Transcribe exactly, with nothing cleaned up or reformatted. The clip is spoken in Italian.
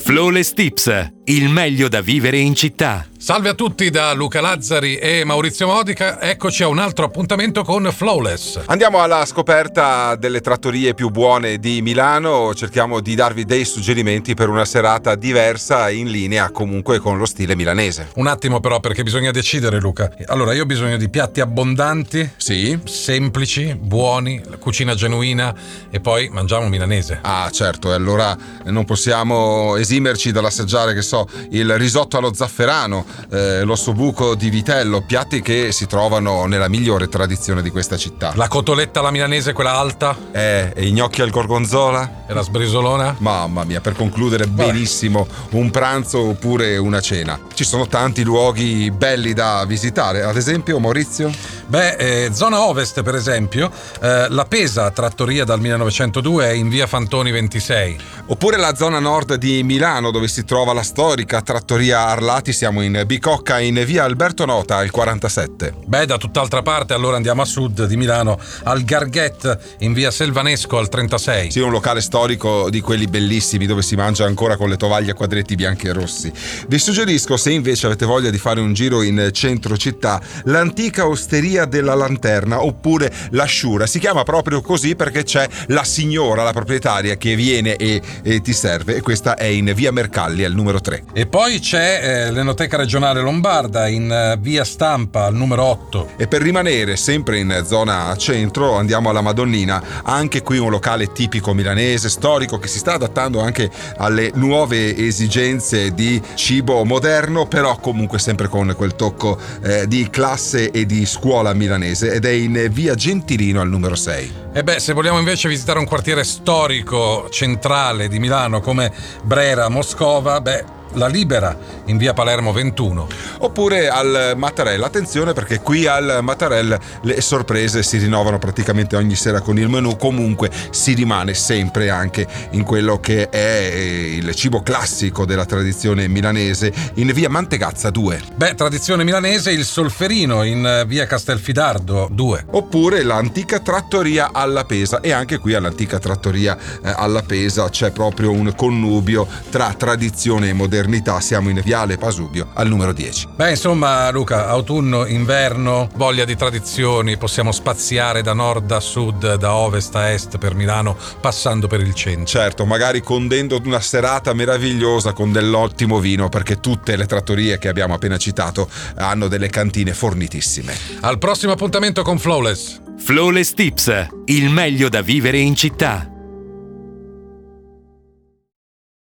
Flawless Tips, il meglio da vivere in città. Salve a tutti da Luca Lazzari e Maurizio Modica, eccoci a un altro appuntamento con Flawless. Andiamo alla scoperta delle trattorie più buone di Milano, cerchiamo di darvi dei suggerimenti per una serata diversa in linea comunque con lo stile milanese. Un attimo però, perché bisogna decidere, Luca. Allora, io ho bisogno di piatti abbondanti, sì, semplici, buoni, cucina genuina e poi mangiamo milanese. Ah certo, e allora non possiamo esimerci dall'assaggiare, che so, il risotto allo zafferano, Eh, l'ossobuco di vitello, piatti che si trovano nella migliore tradizione di questa città. La cotoletta alla milanese, quella alta. Eh, e i gnocchi al gorgonzola. E la sbrisolona. Mamma mia, per concludere benissimo un pranzo oppure una cena. Ci sono tanti luoghi belli da visitare, ad esempio, Maurizio? Beh, eh, zona ovest per esempio, eh, la Pesa, trattoria dal millenovecentodue, è in via Fantoni ventisei. Oppure la zona nord di Milano, dove si trova la storica trattoria Arlati, siamo in Bicocca in via Alberto Nota al quarantasette. Beh, da tutt'altra parte allora andiamo a sud di Milano, al Garghet in via Selvanesco al trentasei. Sì, un locale storico di quelli bellissimi dove si mangia ancora con le tovaglie a quadretti bianchi e rossi. Vi suggerisco, se invece avete voglia di fare un giro in centro città, l'antica osteria della Lanterna, oppure l'Asciura. Si chiama proprio così perché c'è la signora, la proprietaria, che viene e, e ti serve, e questa è in via Mercalli al numero tre. E poi c'è eh, l'Enoteca Regionale Lombarda in uh, via Stampa al numero otto. E per rimanere sempre in zona centro andiamo alla Madonnina, anche qui un locale tipico milanese, storico, che si sta adattando anche alle nuove esigenze di cibo moderno, però comunque sempre con quel tocco eh, di classe e di scuola milanese, ed è in via Gentilino al numero sei. E beh, se vogliamo invece visitare un quartiere storico centrale di Milano come Brera, Moscova, beh, la Libera in via Palermo ventuno. Oppure al Mattarella, attenzione perché qui al Mattarella le sorprese si rinnovano praticamente ogni sera con il menù, comunque si rimane sempre anche in quello che è il cibo classico della tradizione milanese, in via Mantegazza due. Beh, tradizione milanese, il Solferino in via Castelfidardo due. Oppure l'antica trattoria alla Pesa, e anche qui all'antica trattoria eh, alla Pesa c'è proprio un connubio tra tradizione e modernità. Siamo in viale Pasubio al numero dieci. Beh, insomma, Luca, autunno, inverno, voglia di tradizioni, possiamo spaziare da nord a sud, da ovest a est per Milano, passando per il centro. Certo, magari condendo una serata meravigliosa con dell'ottimo vino, perché tutte le trattorie che abbiamo appena citato hanno delle cantine fornitissime. Al prossimo appuntamento con Flawless. Flawless Tips, il meglio da vivere in città.